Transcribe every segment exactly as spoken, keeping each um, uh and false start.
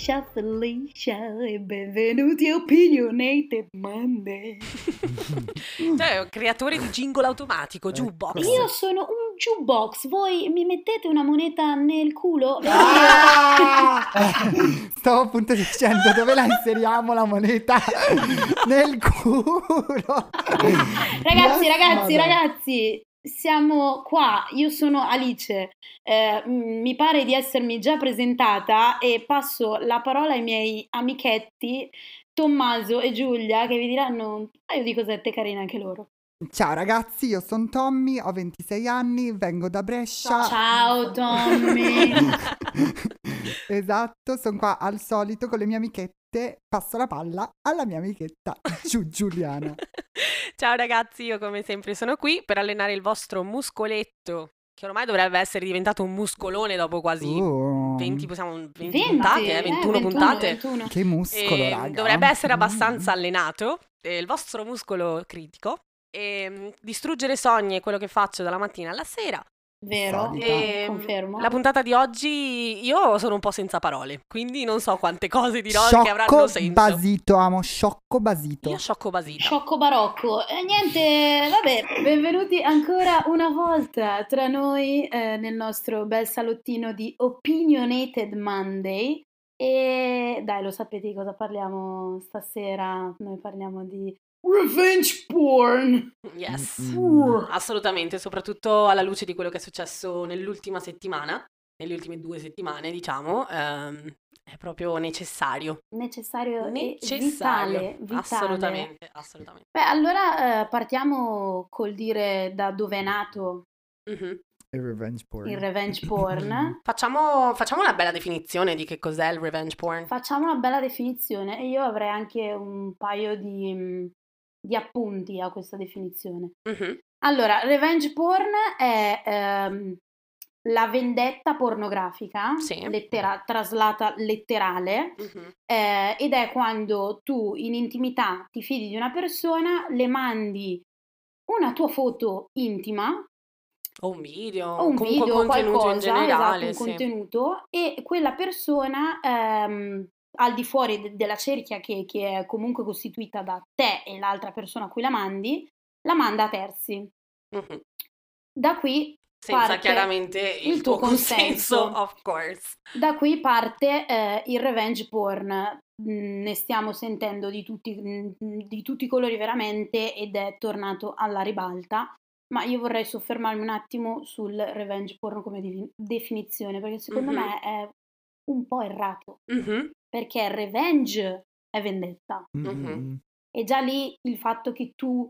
Alicia Felicia e benvenuti a Opinionated Monday. Cioè, un creatore di jingle automatico, jukebox. Io sono un jukebox, voi mi mettete una moneta nel culo? Ah! Stavo appunto dicendo dove la inseriamo la moneta nel culo. Ragazzi, Yes, ragazzi, mother. ragazzi, siamo qua. Io sono Alice. Eh, m- mi pare di essermi già presentata e passo la parola ai miei amichetti Tommaso e Giulia che vi diranno un paio di cosette carine anche loro. Ciao ragazzi, io sono Tommy, ho ventisei anni, vengo da Brescia. Ciao Tommy. Esatto, sono qua al solito con le mie amichette. Passo la palla alla mia amichetta Giu- Giuliana. Ciao ragazzi, io come sempre sono qui per allenare il vostro muscoletto, che ormai dovrebbe essere diventato un muscolone dopo quasi Uh, venti, possiamo, venti venti, puntate, eh, eh, ventuno ventuno, puntate. ventuno. che muscolo, E raga. dovrebbe essere abbastanza Mm. allenato, eh, il vostro muscolo critico. E mm, distruggere sogni è quello che faccio dalla mattina alla sera. Vero, Solita. eh, E confermo. la puntata di oggi io sono un po' senza parole, quindi non so quante cose dirò che avranno Sciocco senso. basito, amo, sciocco basito. Io sciocco basita. Sciocco barocco. E niente, vabbè, benvenuti ancora una volta tra noi eh, nel nostro bel salottino di Opinionated Monday. E dai, lo sapete di cosa parliamo stasera? Noi parliamo di revenge porn. Yes, Mm. assolutamente, soprattutto alla luce di quello che è successo nell'ultima settimana, nelle ultime due settimane, diciamo, ehm, è proprio necessario. Necessario, Necessario, e vitale, vitale. assolutamente, assolutamente. Beh, allora eh, partiamo col dire da dove è nato Mhm. Il revenge porn. il revenge porn. Facciamo, facciamo una bella definizione di che cos'è il revenge porn. Facciamo una bella definizione e io avrei anche un paio di, mh, di appunti a questa definizione. Mhm. Allora, revenge porn è ehm, la vendetta pornografica, Sì. lettera- traslata letterale, Mhm. eh, ed è quando tu in intimità ti fidi di una persona, le mandi una tua foto intima O un video, o un comunque video o contenuto qualcosa, in generale, esatto, un sì. contenuto, e quella persona ehm, al di fuori de- della cerchia che, che è comunque costituita da te e l'altra persona a cui la mandi, la manda a terzi. Mhm. Da qui Senza parte chiaramente il, il tuo tuo consenso, consenso. of course. Da qui parte eh, il revenge porn. Mm, ne stiamo sentendo di tutti, mm, di tutti i colori veramente ed è tornato alla ribalta. Ma io vorrei soffermarmi un attimo sul revenge porn come di- definizione, perché secondo Mhm. me è un po' errato, Mhm. perché revenge è vendetta. Mm, Mhm. mm, mm. E già lì il fatto che tu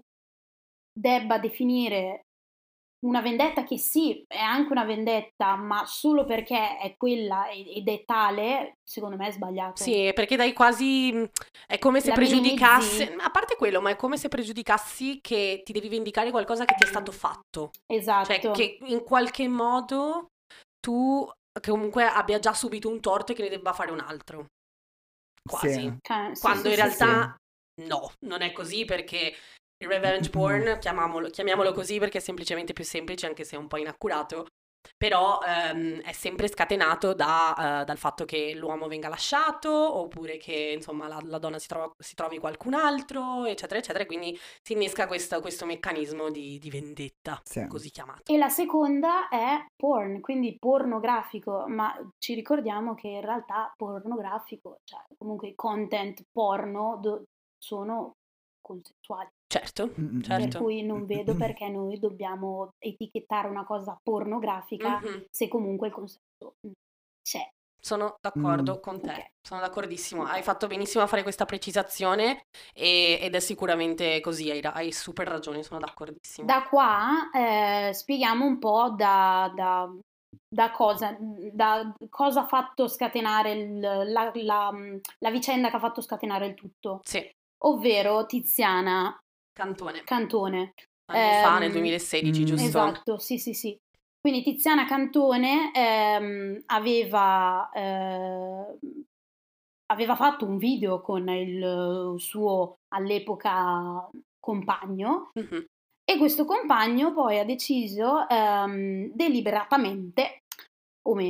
debba definire una vendetta che sì, è anche una vendetta, ma solo perché è quella e- ed è tale, secondo me è sbagliato. Sì, perché dai quasi mh, è come se La pregiudicassi, minimizzi. a parte quello, ma è come se pregiudicassi che ti devi vendicare qualcosa che ti è stato fatto. Esatto. Cioè che in qualche modo tu che comunque abbia già subito un torto e che ne debba fare un altro. Quasi. Sì. Ca- sì, Quando sì, in sì, realtà no, non è così perché il revenge porn, chiamiamolo, chiamiamolo così perché è semplicemente più semplice anche se è un po' inaccurato, però ehm, è sempre scatenato da, eh, dal fatto che l'uomo venga lasciato oppure che insomma la, la donna si, trova- si trovi qualcun altro, eccetera, eccetera, e quindi si innesca questo, questo meccanismo di, di vendetta, Sì. così chiamato. E la seconda è porn, quindi pornografico, ma ci ricordiamo che in realtà pornografico, cioè comunque i content porno do- sono consensuali, Certo, Mm, mm, per certo. cui non vedo perché noi dobbiamo etichettare una cosa pornografica Mhm. se comunque il consenso c'è. Sono d'accordo Mm. con te, Ok. sono d'accordissimo. Ok. Hai fatto benissimo a fare questa precisazione e- ed è sicuramente così, hai, ra- hai super ragione, sono d'accordissimo. Da qua eh, spieghiamo un po' da, da- da cosa, da cosa ha fatto scatenare il- la, la- la vicenda che ha fatto scatenare il tutto, Sì, ovvero Tiziana Cantone, Cantone. anni fa, Ehm, nel duemilasedici, mm. giusto? Esatto, sì, sì, sì. Quindi Tiziana Cantone ehm, aveva, eh, aveva fatto un video con il suo all'epoca compagno Mhm. e questo compagno poi ha deciso ehm, deliberatamente, o meno,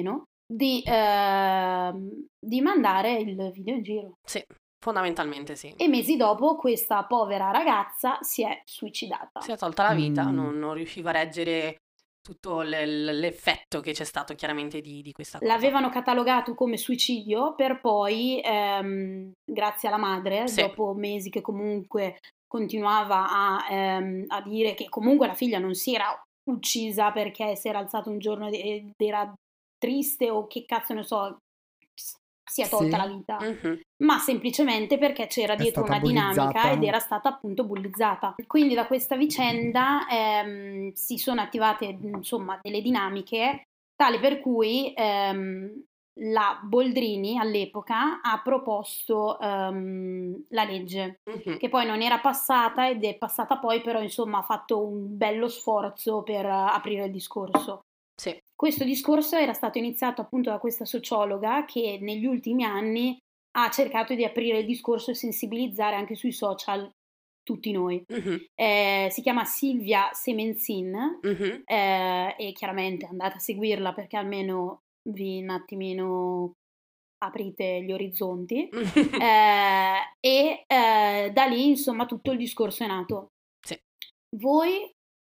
di, ehm, di mandare il video in giro. Sì, fondamentalmente sì. E mesi dopo questa povera ragazza si è suicidata. Si è tolta la vita, Mm. non, non riusciva a reggere tutto l- l- l'effetto che c'è stato chiaramente di, di questa cosa. L'avevano catalogato come suicidio per poi, ehm, grazie alla madre, Sì. dopo mesi che comunque continuava a, ehm, a dire che comunque la figlia non si era uccisa perché si era alzato un giorno ed era triste o che cazzo ne so, si è tolta Sì. la vita, Mhm. ma semplicemente perché c'era È dietro stata una dinamica bullizzata. ed era stata appunto bullizzata. Quindi da questa vicenda ehm, si sono attivate insomma delle dinamiche tale per cui ehm, la Boldrini all'epoca ha proposto ehm, la legge, Mhm. che poi non era passata ed è passata poi, però insomma ha fatto un bello sforzo per eh, aprire il discorso. Sì. Questo discorso era stato iniziato appunto da questa sociologa che negli ultimi anni ha cercato di aprire il discorso e sensibilizzare anche sui social tutti noi. Mhm. Eh, si chiama Silvia Semenzin Mhm. eh, e chiaramente andate a seguirla perché almeno vi un attimino aprite gli orizzonti eh, e eh, da lì insomma tutto il discorso è nato. Sì. Voi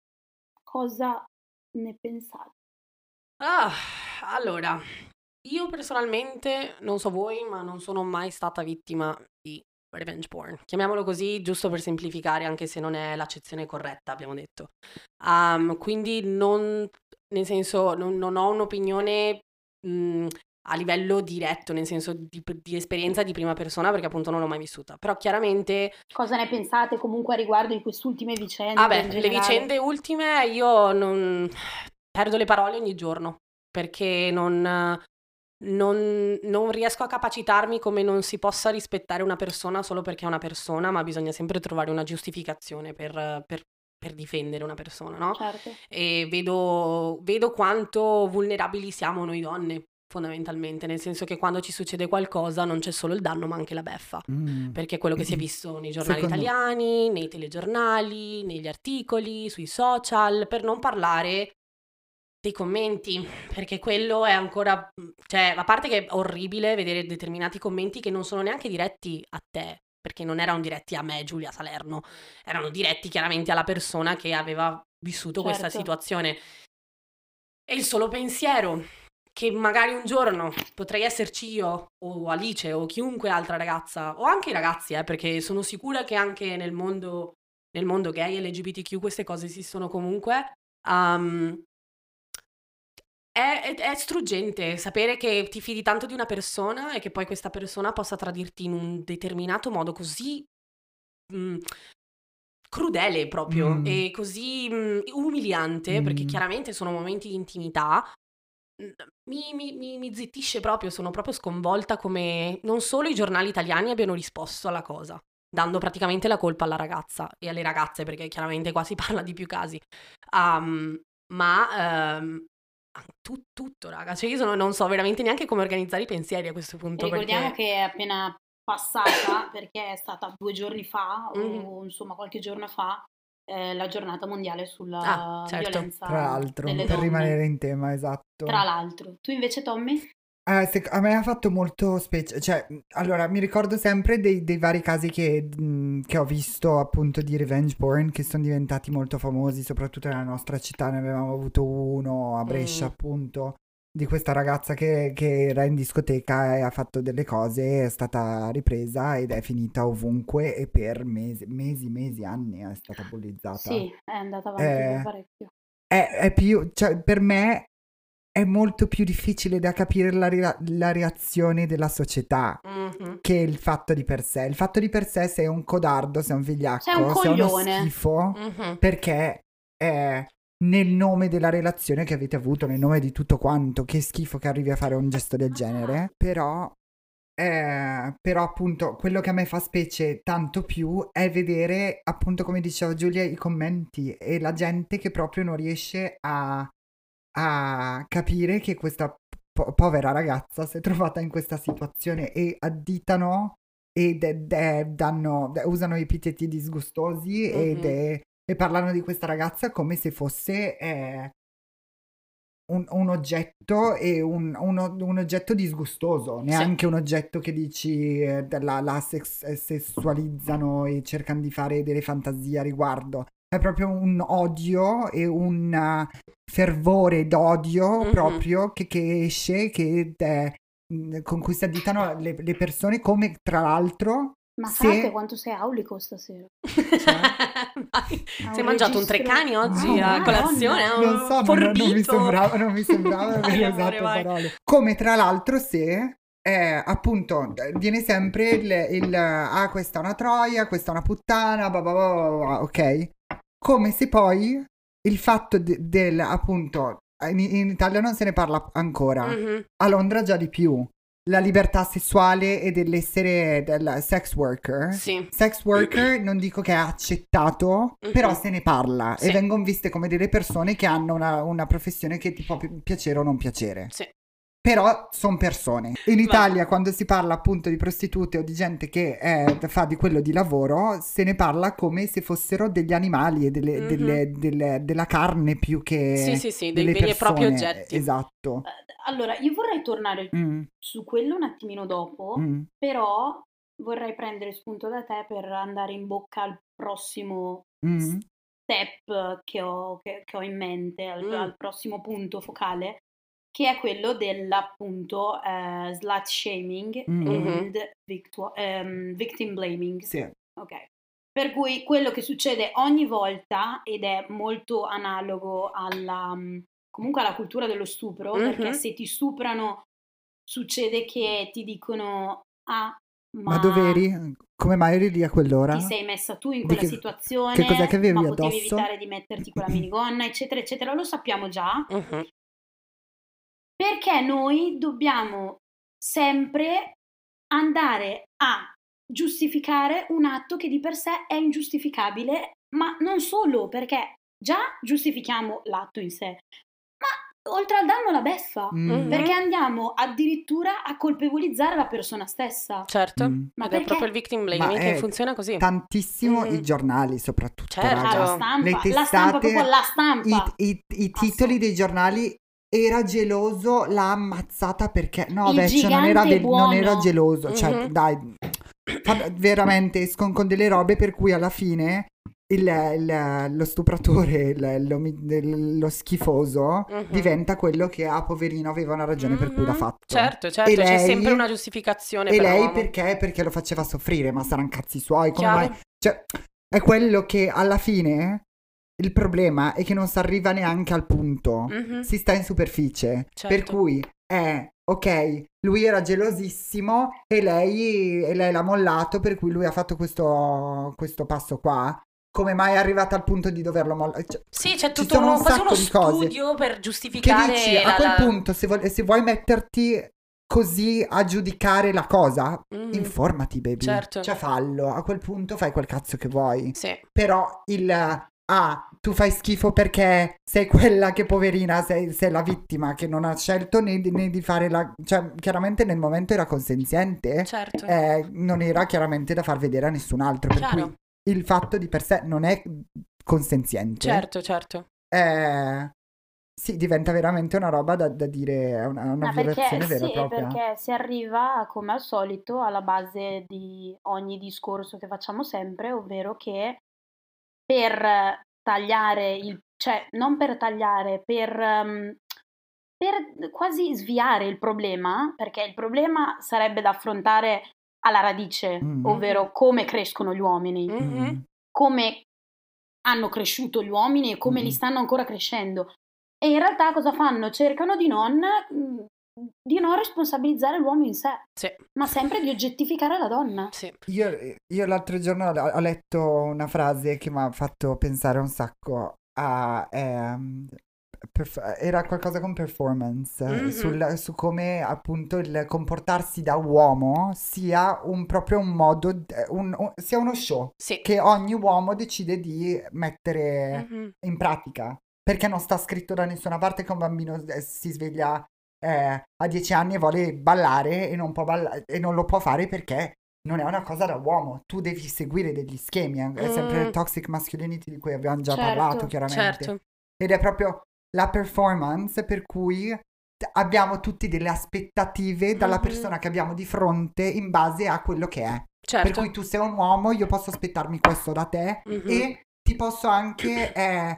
cosa ne pensate? Ah, allora, io personalmente, non so voi, ma non sono mai stata vittima di revenge porn. Chiamiamolo così, giusto per semplificare, anche se non è l'accezione corretta, abbiamo detto. Um, quindi non, nel senso, non, non ho un'opinione mh, a livello diretto, nel senso di, di esperienza di prima persona, perché appunto non l'ho mai vissuta. Però chiaramente... Cosa ne pensate comunque a riguardo di queste ultime vicende Ah beh, in le generale? vicende ultime io non... perdo le parole ogni giorno, perché non, non, non riesco a capacitarmi come non si possa rispettare una persona solo perché è una persona, ma bisogna sempre trovare una giustificazione per, per, per difendere una persona, no? Certo. E vedo, vedo quanto vulnerabili siamo noi donne, fondamentalmente, nel senso che quando ci succede qualcosa non c'è solo il danno ma anche la beffa, Mm. perché è quello che si è visto nei giornali Secondo- italiani, nei telegiornali, negli articoli, sui social, per non parlare dei commenti, perché quello è ancora, cioè, a parte che è orribile vedere determinati commenti che non sono neanche diretti a te, perché non erano diretti a me, Giulia Salerno, erano diretti chiaramente alla persona che aveva vissuto questa Certo. situazione. E il solo pensiero che magari un giorno potrei esserci io o Alice o chiunque altra ragazza o anche i ragazzi, eh, perché sono sicura che anche nel mondo, nel mondo gay e L G B T Q queste cose esistono comunque. Um, è, è, è struggente sapere che ti fidi tanto di una persona e che poi questa persona possa tradirti in un determinato modo così mh, crudele proprio Mm. e così mh, umiliante, perché Mm. chiaramente sono momenti di intimità. Mi, mi, mi, mi zittisce proprio, sono proprio sconvolta come non solo i giornali italiani abbiano risposto alla cosa, dando praticamente la colpa alla ragazza e alle ragazze, perché chiaramente qua si parla di più casi, um, ma um, tu, tutto, raga, cioè io sono, non so veramente neanche come organizzare i pensieri a questo punto. Ricordiamo perché... che è appena passata, perché è stata due giorni fa Mhm. o insomma qualche giorno fa, eh, la giornata mondiale sulla Ah, certo. violenza Tra l'altro, delle per donne. rimanere in tema, esatto. Tra l'altro. Tu invece, Tommy? Eh, se- a me ha fatto molto specie, cioè, allora, mi ricordo sempre dei, dei vari casi che, mh, che ho visto appunto di revenge porn che sono diventati molto famosi, soprattutto nella nostra città, ne avevamo avuto uno a Brescia Mm. appunto, di questa ragazza che, che era in discoteca e ha fatto delle cose, è stata ripresa ed è finita ovunque e per mesi, mesi, mesi, anni è stata bullizzata. Sì, è andata avanti Eh, per parecchio. È, è più, cioè, per me è molto più difficile da capire la, rea- la reazione della società Mhm. che il fatto di per sé. Il fatto di per sé, sei un codardo, sei un vigliacco, Sei un sei uno coglione. schifo, Mhm. perché è nel nome della relazione che avete avuto, nel nome di tutto quanto, che schifo che arrivi a fare un gesto del genere, però... Eh, però appunto quello che a me fa specie tanto più è vedere appunto come diceva Giulia i commenti e la gente che proprio non riesce a, a capire che questa po- povera ragazza si è trovata in questa situazione e additano e de- de- danno, de- usano epiteti disgustosi ed Mhm. è- e parlano di questa ragazza come se fosse eh, un, un oggetto e un, uno- un oggetto disgustoso, neanche un oggetto che dici eh, la, la sex- eh, sessualizzano e cercano di fare delle fantasie a riguardo. È proprio un odio e un uh, fervore d'odio Mhm. proprio che, che esce, che eh, mh, con cui si additano le, le persone, come tra l'altro Ma se... frate, quanto sei aulico stasera? Vai. Ha Sei un mangiato un registro- Treccani oggi Oh, a Madonna. colazione? Non so, non, non mi Forbito. sembrava, non mi sembrava Vai, aver amore, usato vai. parole. Come tra l'altro se, eh, appunto, eh, viene sempre il, il, ah, questa è una troia, questa è una puttana, bah, bah, bah, bah, bah, ok? Come se poi il fatto de- del, appunto, in, in Italia non se ne parla ancora, Mhm. a Londra già di più. La libertà sessuale e dell'essere del sex worker. Sì. Sex worker non dico che è accettato, Mhm. però se ne parla Sì. e vengono viste come delle persone che hanno una, una professione che ti può pi- piacere o non piacere. Sì. Però sono persone. In Italia, quando si parla appunto di prostitute o di gente che eh, fa di quello di lavoro, se ne parla come se fossero degli animali e delle- Mhm. delle- delle- della carne più che Sì, sì, sì, dei delle veri e propri persone. oggetti. Esatto. Eh, Allora, io vorrei tornare Mm, su quello un attimino dopo, mm, però vorrei prendere spunto da te per andare in bocca al prossimo mm, step che ho, che, che ho in mente, al, Mm. al prossimo punto focale, che è quello dell'appunto eh, slut shaming Mhm. and victu- ehm, victim blaming. sì. Ok. Per cui quello che succede ogni volta, ed è molto analogo alla, mm, comunque alla cultura dello stupro, Mhm. perché se ti stuprano succede che ti dicono ah, ma, Ma dove eri? Come mai eri lì a quell'ora? ti sei messa tu in Di quella che- situazione, che cos'è che avevi ma potevi addosso? evitare di metterti quella minigonna, eccetera, eccetera. Lo sappiamo già, Mhm. perché noi dobbiamo sempre andare a giustificare un atto che di per sé è ingiustificabile, ma non solo, perché già giustifichiamo l'atto in sé, ma oltre al danno la beffa, Mm, perché andiamo addirittura a colpevolizzare la persona stessa. Certo. mm. Ma Ed perché? è proprio il victim Ma blaming che è funziona così. tantissimo Mhm. i giornali, soprattutto, Certo. Ah, raga. la stampa, Le la testate, stampa, proprio la stampa. I, i- i titoli dei giornali. Era geloso, l'ha ammazzata perché... No, Il vecchio, non era, gigante ve- non era buono. geloso. Cioè, Mhm. dai, fa- veramente escono con delle robe per cui alla fine il- il- lo stupratore, il- l'omi- il- lo schifoso, Mhm. diventa quello che, ah, poverino, aveva una ragione per cui l'ha Mhm. fatto. Certo, certo, E c'è lei- sempre una giustificazione E per lei l'uomo. perché? Perché lo faceva soffrire, ma saranno cazzi suoi, come Chiaro. mai? Cioè, è quello che alla fine il problema è che non si arriva neanche al punto, Mhm. si sta in superficie, Certo. per cui è, ok, lui era gelosissimo e lei, e lei l'ha mollato, per cui lui ha fatto questo, questo passo qua. Come mai è arrivata al punto di doverlo mollare? Cioè, Sì, c'è ci tutto sono uno, un quasi sacco uno di cose. studio per Che giustificare dici, a la- quel la- punto, se, vuoi- se vuoi metterti così a giudicare la cosa, Mhm. informati, baby. Certo. Cioè, fallo. A quel punto fai quel cazzo che vuoi. Sì. Però il... Ah, tu fai schifo perché sei quella che, poverina, sei, sei la vittima che non ha scelto né, di- né di fare la... Cioè, chiaramente nel momento era consenziente. Certo. eh, non era chiaramente da far vedere a nessun altro. Per Chiaro. cui il fatto di per sé non è consenziente. Certo, certo. Eh, sì, diventa veramente una roba da, da dire, è una, una Ma perché, violazione vera e sì, propria. perché si arriva, come al solito, alla base di ogni discorso che facciamo sempre, ovvero che per tagliare il, cioè non per tagliare, per, um, per quasi sviare il problema, perché il problema sarebbe da affrontare alla radice, Mm. ovvero come crescono gli uomini, Mhm. Mm. come hanno cresciuto gli uomini e come Mm. li stanno ancora crescendo. E in realtà cosa fanno? Cercano di non, mh, di non responsabilizzare l'uomo in sé, Sì, ma sempre di oggettificare la donna. sì. Io, io l'altro giorno ho, ho letto una frase che mi ha fatto pensare un sacco a... ehm, perf- era qualcosa con performance, Mhm. sul- su come appunto il comportarsi da uomo sia un proprio un modo, eh, un- un- sia uno show Sì. che ogni uomo decide di mettere Mhm. in pratica, perché non sta scritto da nessuna parte che un bambino eh, si sveglia eh, a dieci anni e vuole ballare e non può balla- e non lo può fare perché non è una cosa da uomo. Tu devi seguire degli schemi, eh, è sempre Mm. il toxic masculinity di cui abbiamo già Certo, parlato chiaramente. Certo. Ed è proprio la performance per cui abbiamo tutti delle aspettative dalla Mhm. persona che abbiamo di fronte in base a quello che è. Certo. Per cui tu sei un uomo, io posso aspettarmi questo da te Mhm. e ti posso anche eh,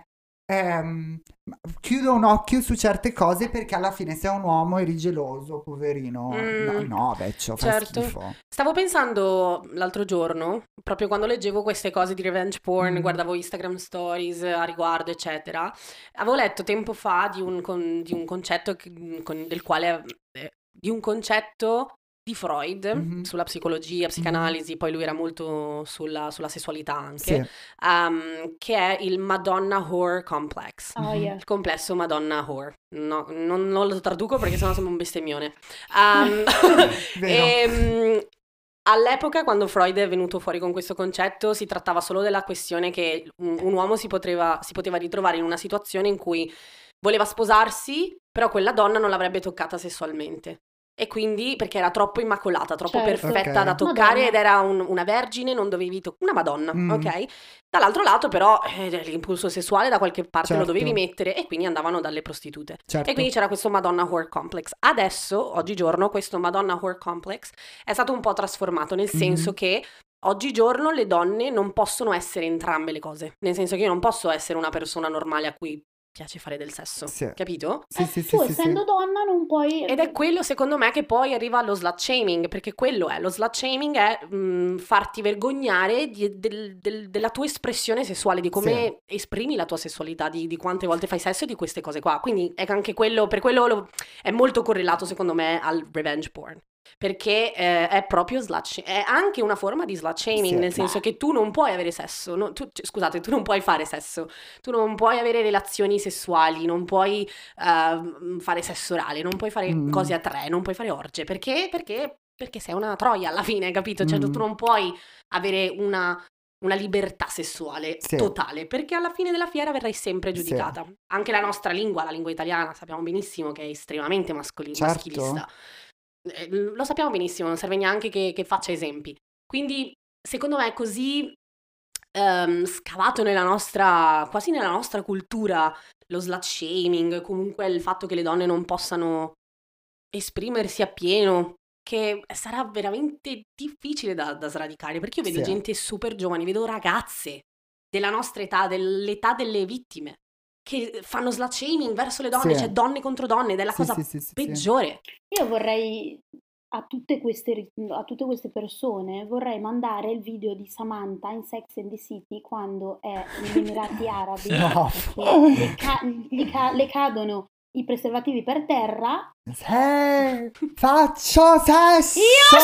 ehm, chiudo un occhio su certe cose perché alla fine sei un uomo eri geloso, poverino. No, Mm, no, vecchio, fa certo. schifo. Stavo pensando l'altro giorno, proprio quando leggevo queste cose di revenge porn, Mm. guardavo Instagram stories a riguardo, eccetera. Avevo letto tempo fa di un, con- di un concetto che- con- del quale eh, di un concetto di Freud Mhm. sulla psicologia, psicanalisi, poi lui era molto sulla, sulla sessualità anche, Sì. um, che è il Madonna Whore Complex. Oh, Mhm. yeah. Il complesso Madonna Whore. No, non, non lo traduco perché sennò sembra un bestemmione. Um, Vero. ehm, all'epoca, quando Freud è venuto fuori con questo concetto, si trattava solo della questione che un, un uomo si poteva, si poteva ritrovare in una situazione in cui voleva sposarsi, però quella donna non l'avrebbe toccata sessualmente. E quindi, perché era troppo immacolata, troppo Certo. perfetta Ok. da toccare Madonna. ed era un- una vergine, non dovevi toccare. Una Madonna, Mm. ok? Dall'altro lato, però, eh, l'impulso sessuale da qualche parte Certo. lo dovevi mettere e quindi andavano dalle prostitute. Certo. E quindi c'era questo Madonna Whore Complex. Adesso, oggigiorno, questo Madonna Whore Complex è stato un po' trasformato, nel senso Mhm. che oggigiorno le donne non possono essere entrambe le cose. Nel senso che io non posso essere una persona normale a cui piace fare del sesso, Sì. capito? Sì, Eh, sì, tu sì, sì, essendo sì. donna non puoi... Ed è quello, secondo me, che poi arriva allo slut shaming, perché quello è, lo slut shaming è mh, farti vergognare di- del- del- della tua espressione sessuale, di come esprimi la tua sessualità, di, di quante volte fai sesso e di queste cose qua. Quindi è anche quello, per quello lo- è molto correlato, secondo me, al revenge porn. Perché eh, è proprio slut sh- è anche una forma di slut shaming, Sì. nel senso che tu non puoi avere sesso, no- tu- cioè, scusate, tu non puoi fare sesso, tu non puoi avere relazioni sessuali, non puoi ehm, fare sesso orale, non puoi fare Mm. cose a tre, non puoi fare orge, perché? Perché, perché sei una troia alla fine, capito? Cioè tu Mm. tu non puoi avere una, una libertà sessuale Sì. totale, perché alla fine della fiera verrai sempre Sì. giudicata. Anche la nostra lingua, la lingua italiana, sappiamo benissimo che è estremamente mascoli- Certo. maschilista. Eh, lo sappiamo benissimo, non serve neanche che, che faccia esempi. Quindi, secondo me, è così ehm, scavato nella nostra, quasi nella nostra cultura, lo slut shaming, comunque il fatto che le donne non possano esprimersi appieno, che sarà veramente difficile da, da sradicare, perché io vedo Sì. gente super giovane, vedo ragazze della nostra età, dell'età delle vittime, che fanno slut shaming verso le donne, Sì. cioè donne contro donne, ed è la Sì, cosa sì, sì, sì, sì. peggiore. Io vorrei a tutte queste, ri- a tutte queste persone vorrei mandare il video di Samantha in Sex and the City quando è negli Emirati Arabi No. che le, ca- gli ca- le cadono i preservativi per terra. Se faccio sesso! Io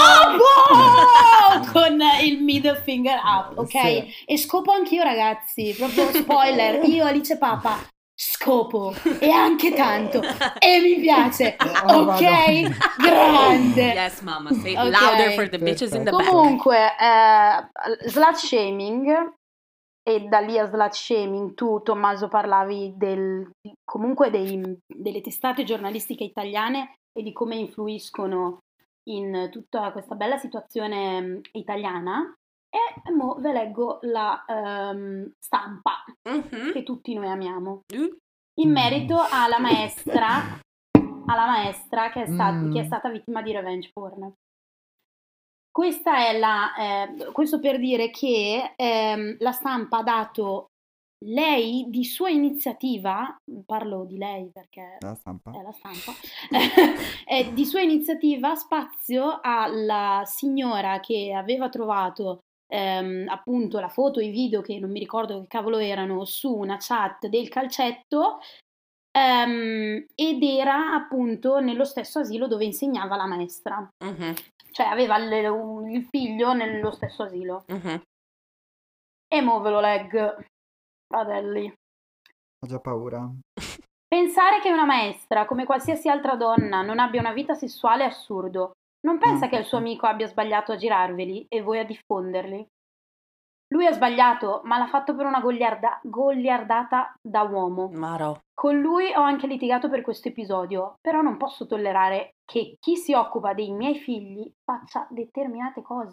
scopo con il middle finger up, ok? Sì. E scopo anch'io, ragazzi, proprio spoiler, io Alice Papa scopo e anche tanto e mi piace, Oh, ok? Madonna. Grande. Yes, mama, say it Ok. louder for the bitches in the back. Comunque, eh, slut shaming, e da lì a slut shaming tu, Tommaso, parlavi del, di- comunque dei- delle testate giornalistiche italiane e di come influiscono in tutta questa bella situazione mm, italiana. E mo ve leggo la ehm, stampa Mhm. che tutti noi amiamo Uh, in merito alla maestra, alla maestra che è, sta- Mm. che è stata vittima di revenge porn. Questa è la, eh, questo per dire che ehm, la stampa ha dato lei di sua iniziativa, parlo di lei perché La stampa. è la stampa, eh, di sua iniziativa spazio alla signora che aveva trovato ehm, appunto la foto, i video che non mi ricordo che cavolo erano su una chat del calcetto ehm, ed era appunto nello stesso asilo dove insegnava la maestra, mhm, cioè aveva il, un- il figlio nello stesso asilo. mhm. E mo ve lo leggo, fratelli. Ho già paura. Pensare che una maestra, come qualsiasi altra donna, non abbia una vita sessuale è assurdo. Non pensa Mm. che il suo amico abbia sbagliato a girarveli e voi a diffonderli? Lui ha sbagliato, ma l'ha fatto per una goliarda- goliardata da uomo. Maro. Con lui ho anche litigato per questo episodio, però non posso tollerare che chi si occupa dei miei figli faccia determinate cose.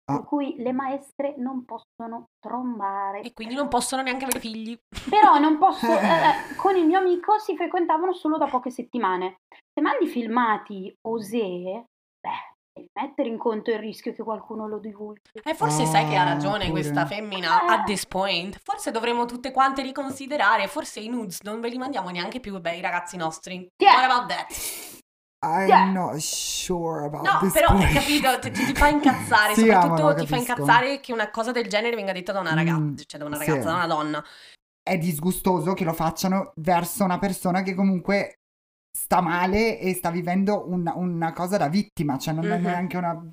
Ah. per cui le maestre non possono trombare. E quindi non possono neanche avere figli. Però non posso, eh, con il mio amico si frequentavano solo da poche settimane. Se mandi filmati osè, beh, devi mettere in conto il rischio che qualcuno lo divulghi. E forse sai che ha Ah, ragione pure. questa femmina Eh. at this point. Forse dovremmo tutte quante riconsiderare. Forse i nudes non ve li mandiamo neanche più, beh, i ragazzi nostri. Yeah. What about that? I'm Yeah. not sure about No, this però hai point. capito, ti, ti fa incazzare, Sì, soprattutto amo, lo ti fa capisco. incazzare che una cosa del genere venga detta da una ragazza, Mm, cioè da una sì. ragazza, da una donna. È disgustoso che lo facciano verso una persona che comunque sta male e sta vivendo un- una cosa da vittima, cioè non è Mhm. neanche una...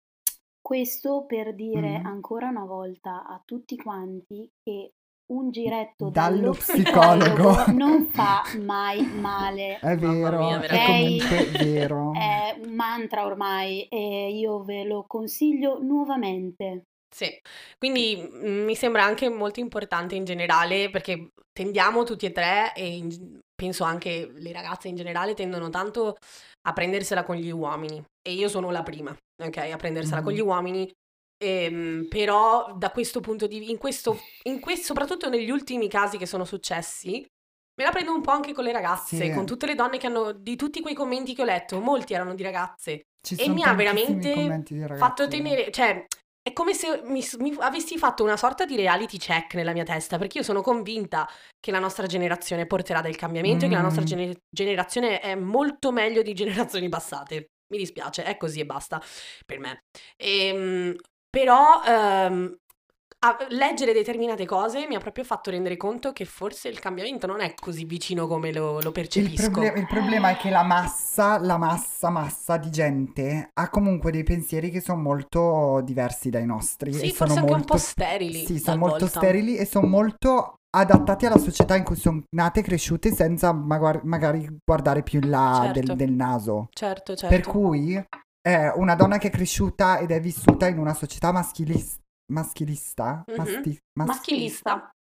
Questo per dire Mm. ancora una volta a tutti quanti che un giretto Dallo dallo psicologo. psicologo non fa mai male. È Mamma vero, mia, è veramente. comunque vero. È un mantra ormai e io ve lo consiglio nuovamente. Sì, quindi mm, mi sembra anche molto importante in generale perché tendiamo tutti e tre e in- penso anche le ragazze in generale tendono tanto a prendersela con gli uomini e io sono la prima, ok, a prendersela con Mhm. gli uomini. Ehm, però da questo punto di in questo, in questo, soprattutto negli ultimi casi che sono successi, me la prendo un po' anche con le ragazze, Sì. con tutte le donne che hanno, di tutti quei commenti che ho letto, molti erano di ragazze Ci e sono mi ha tantissimi veramente commenti di ragazzi, fatto eh. tenere, cioè è come se mi, mi avessi fatto una sorta di reality check nella mia testa, perché io sono convinta che la nostra generazione porterà del cambiamento e che la nostra Mm. gene- generazione è molto meglio di generazioni passate. Mi dispiace, è così e basta per me. Ehm, però ehm, a- leggere determinate cose mi ha proprio fatto rendere conto che forse il cambiamento non è così vicino come lo, lo Il, percepisco. proble- il problema è che la massa, la massa, massa di gente ha comunque dei pensieri che sono molto diversi dai nostri. Sì, e sono forse anche un molto, po' sterili, Sì, sono molto talvolta. sterili e sono molto adattati alla società in cui sono nate e cresciute senza maguar- magari guardare più in là Certo. del, del naso. Certo, certo. Per cui eh, una donna che è cresciuta ed è vissuta in una società maschilis- maschilista, Mhm. masti- mas- Maschilista.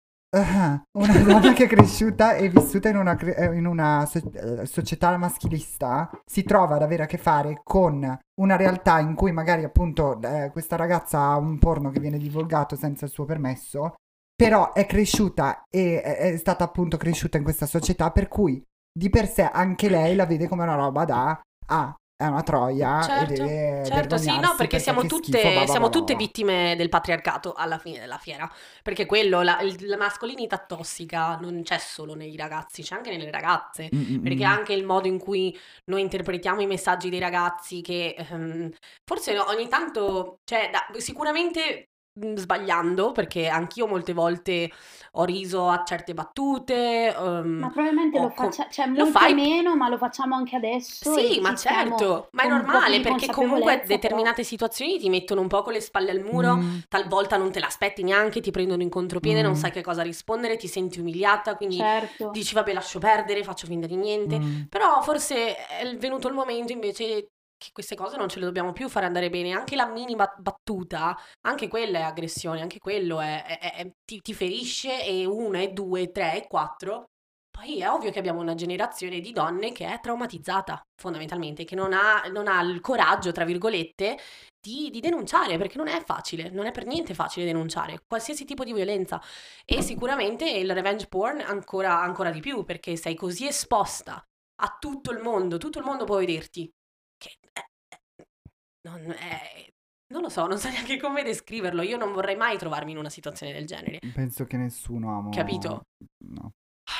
Ah, una donna che è cresciuta e vissuta in una, cre- eh, in una so- eh, società maschilista si trova ad avere a che fare con una realtà in cui magari appunto eh, questa ragazza ha un porno che viene divulgato senza il suo permesso, però è cresciuta e è, è stata appunto cresciuta in questa società per cui di per sé anche lei la vede come una roba da ah, è una troia Certo, e deve certo, sì, no, vergognarsi perché siamo che tutte, schifo, bla, bla, siamo bla, tutte bla. vittime del patriarcato alla fine della fiera, perché quello, la, il- la mascolinità tossica non c'è solo nei ragazzi, c'è anche nelle ragazze, Mm, mm, perché mm. anche il modo in cui noi interpretiamo i messaggi dei ragazzi che ehm, forse ogni tanto, cioè da- sicuramente mh, sbagliando, perché anch'io molte volte ho riso a certe battute. ehm, Ma probabilmente ho lo co- facciamo, cioè lo molto fai- meno, ma lo facciamo anche adesso. Sì, e ma ci stiamo certo, ma è con un po' più normale di perché comunque consapevolezza, determinate situazioni ti mettono un po' con le spalle al muro, Mm. talvolta non te l'aspetti neanche, ti prendono in contropiede, non Mm. sai che cosa rispondere, ti senti umiliata, però. quindi Certo. dici vabbè lascio perdere, faccio finta di niente, Mm. però forse è venuto il momento invece che queste cose non ce le dobbiamo più fare andare bene, anche la minima battuta, anche quella è aggressione, anche quello è, è- è- è- ti, ti ferisce e una e due, e tre e quattro. Poi è ovvio che abbiamo una generazione di donne che è traumatizzata, fondamentalmente, che non ha, non ha il coraggio, tra virgolette, di, di denunciare, perché non è facile, non è per niente facile denunciare qualsiasi tipo di violenza. E sicuramente il revenge porn ancora, ancora di più, perché sei così esposta a tutto il mondo, tutto il mondo può vederti, che è- è- non è... Non lo so, non so neanche come descriverlo, io non vorrei mai trovarmi in una situazione del genere, Penso che nessuno amo. capito? No.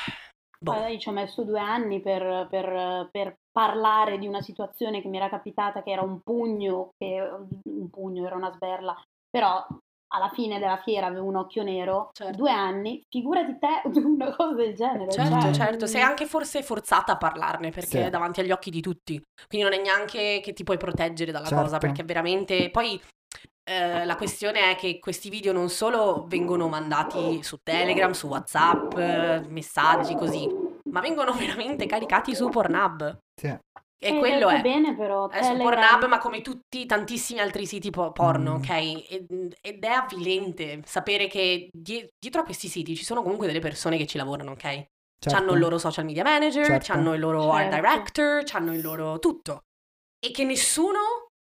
Boh. Guarda, io ci ho messo due anni per, per- per parlare di una situazione che mi era capitata, che era un pugno, che, un pugno, era una sberla, però alla fine della fiera avevo un occhio nero, Certo. due anni, figurati te una cosa del genere. Certo, cioè, certo, mm, sei anche forse forzata a parlarne perché Sì. è davanti agli occhi di tutti, quindi non è neanche che ti puoi proteggere dalla Certo. cosa perché veramente poi eh, la questione è che questi video non solo vengono mandati su Telegram, su WhatsApp, eh, messaggi così, ma vengono veramente caricati su Pornhub Sì. e hai quello detto è. bene però, È su Telegram- Pornhub, ma come tutti tantissimi altri siti po- porno, Mm. ok? Ed, ed è avvilente sapere che die- dietro a questi siti ci sono comunque delle persone che ci lavorano, ok? Certo. C'hanno il loro social media manager, Certo. c'hanno il loro art Certo. director, c'hanno il loro tutto. E che nessuno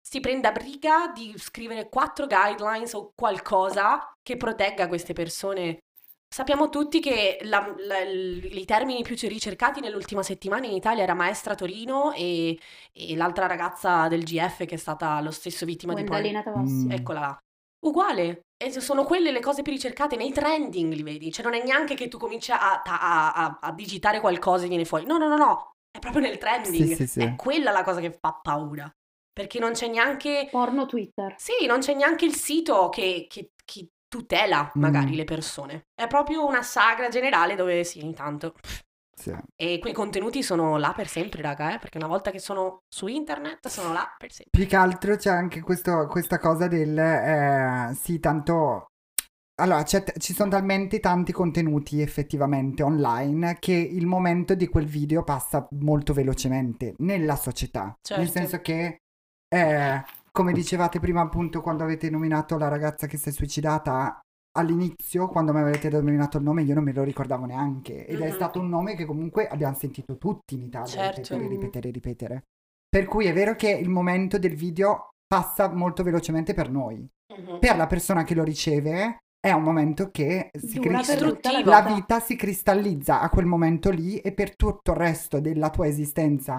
si prenda briga di scrivere quattro guidelines o qualcosa che protegga queste persone. Sappiamo tutti che la- la- i termini più ricercati nell'ultima settimana in Italia era Maestra Torino e, e l'altra ragazza del G F che è stata lo stesso vittima di porn. Gwendalina Tavassi. Mm. Eccola là. Uguale. E sono quelle le cose più ricercate nei trending, li vedi. Cioè non è neanche che tu cominci a, a- a- a digitare qualcosa e viene fuori. No, no, no, no. È proprio nel trending. Sì, sì, sì. È quella la cosa che fa paura. Perché non c'è neanche... Porno Twitter. Sì, non c'è neanche il sito che, che- che tutela magari Mm. le persone. È proprio una sagra generale dove sì, intanto. Sì. E quei contenuti sono là per sempre, raga, eh? Perché una volta che sono su internet sono là per sempre. Più che altro c'è anche questo- questa cosa del eh, sì, tanto. Allora, c'è t- ci sono talmente tanti contenuti effettivamente online che il momento di quel video passa molto velocemente nella società. Certo. Nel senso che, eh, come dicevate prima, appunto, quando avete nominato la ragazza che si è suicidata, all'inizio, quando mi avete nominato il nome, io non me lo ricordavo neanche. Ed è Mhm. stato un nome che comunque abbiamo sentito tutti in Italia Certo. ripetere, ripetere, ripetere. Per cui è vero che il momento del video passa molto velocemente per noi. Mhm. Per la persona che lo riceve è un momento che si Dura cri- per tutta la Istruttivo. vita. la vita si cristallizza a quel momento lì e per tutto il resto della tua esistenza,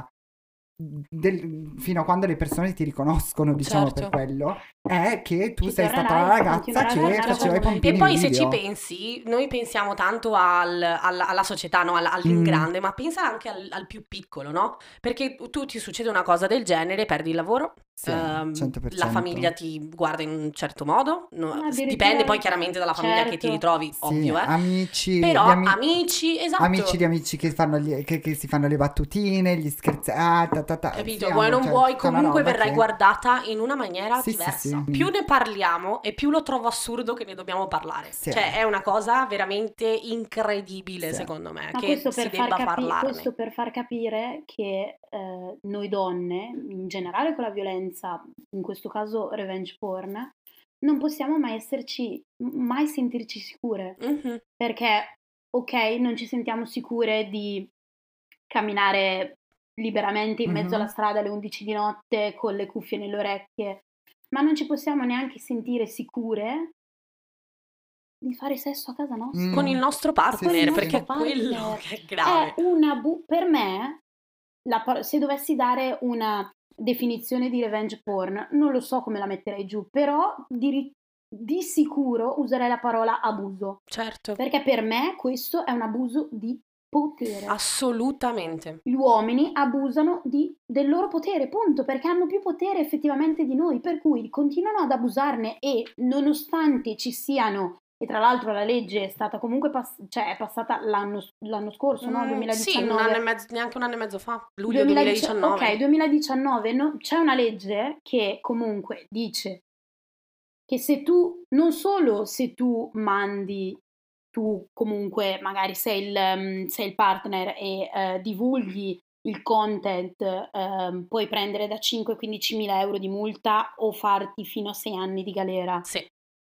del- fino a quando le persone ti riconoscono, diciamo, Certo. per quello, è che tu Ci sei stata tornerai, la ragazza continuerai a che tornare faceva i con noi. pompini E poi in se ci video. pensi, noi pensiamo tanto al- alla, alla società, no? All- Mm. all'ingrande, ma pensa anche al, al più piccolo, no? Perché tu ti succede una cosa del genere, perdi il lavoro, Sì, ehm, cento per cento. la famiglia ti guarda in un certo modo, no- Ma addirittura- dipende poi chiaramente dalla famiglia che ti certo. ritrovi, Sì, ovvio, eh. amici, Però gli ami- amici, esatto. amici di amici che, fanno gli- che, che si fanno le battutine, gli scherzi, ah, ta, ta, ta, Capito? sì, Vuoi o amo, non cioè, vuoi, tutta una comunque roba verrai che- guardata in una maniera Sì, sì, diversa. sì. Più ne parliamo e più lo trovo assurdo che ne dobbiamo parlare. Sì. Cioè, è una cosa veramente incredibile, Sì. secondo me, Ma che questo si per, far debba capi- parlarne. questo per far capire che eh, noi donne, in generale con la violenza, in questo caso revenge porn, non possiamo mai esserci, mai sentirci sicure. Mhm. Perché, ok, non ci sentiamo sicure di camminare liberamente in mezzo Mhm. alla strada alle undici di notte con le cuffie nelle orecchie, ma non ci possiamo neanche sentire sicure di fare sesso a casa nostra. Mm. Con il nostro partner, Sì, sì, perché sì. è quello partner. che è grave. È una bu- per me, la par- se dovessi dare una definizione di revenge porn, non lo so come la metterei giù, però di, ri- di sicuro userei la parola abuso, Certo, perché per me questo è un abuso di potere. assolutamente. Gli uomini abusano di- del loro potere, punto, perché hanno più potere effettivamente di noi, per cui continuano ad abusarne e nonostante ci siano, e tra l'altro la legge è stata comunque pass- cioè è passata l'anno, l'anno scorso, no? Mm, sì, un duemiladiciannove. anno e mezzo, neanche un anno e mezzo fa, luglio duemiladiciannove duemiladiciannove. Ok, duemiladiciannove, no- c'è una legge che comunque dice che se tu, non solo se tu mandi, tu comunque magari sei il, um, sei il partner e eh, divulghi il content, ehm, puoi prendere da cinque a quindicimila euro di multa o farti fino a sei anni di galera. Sì,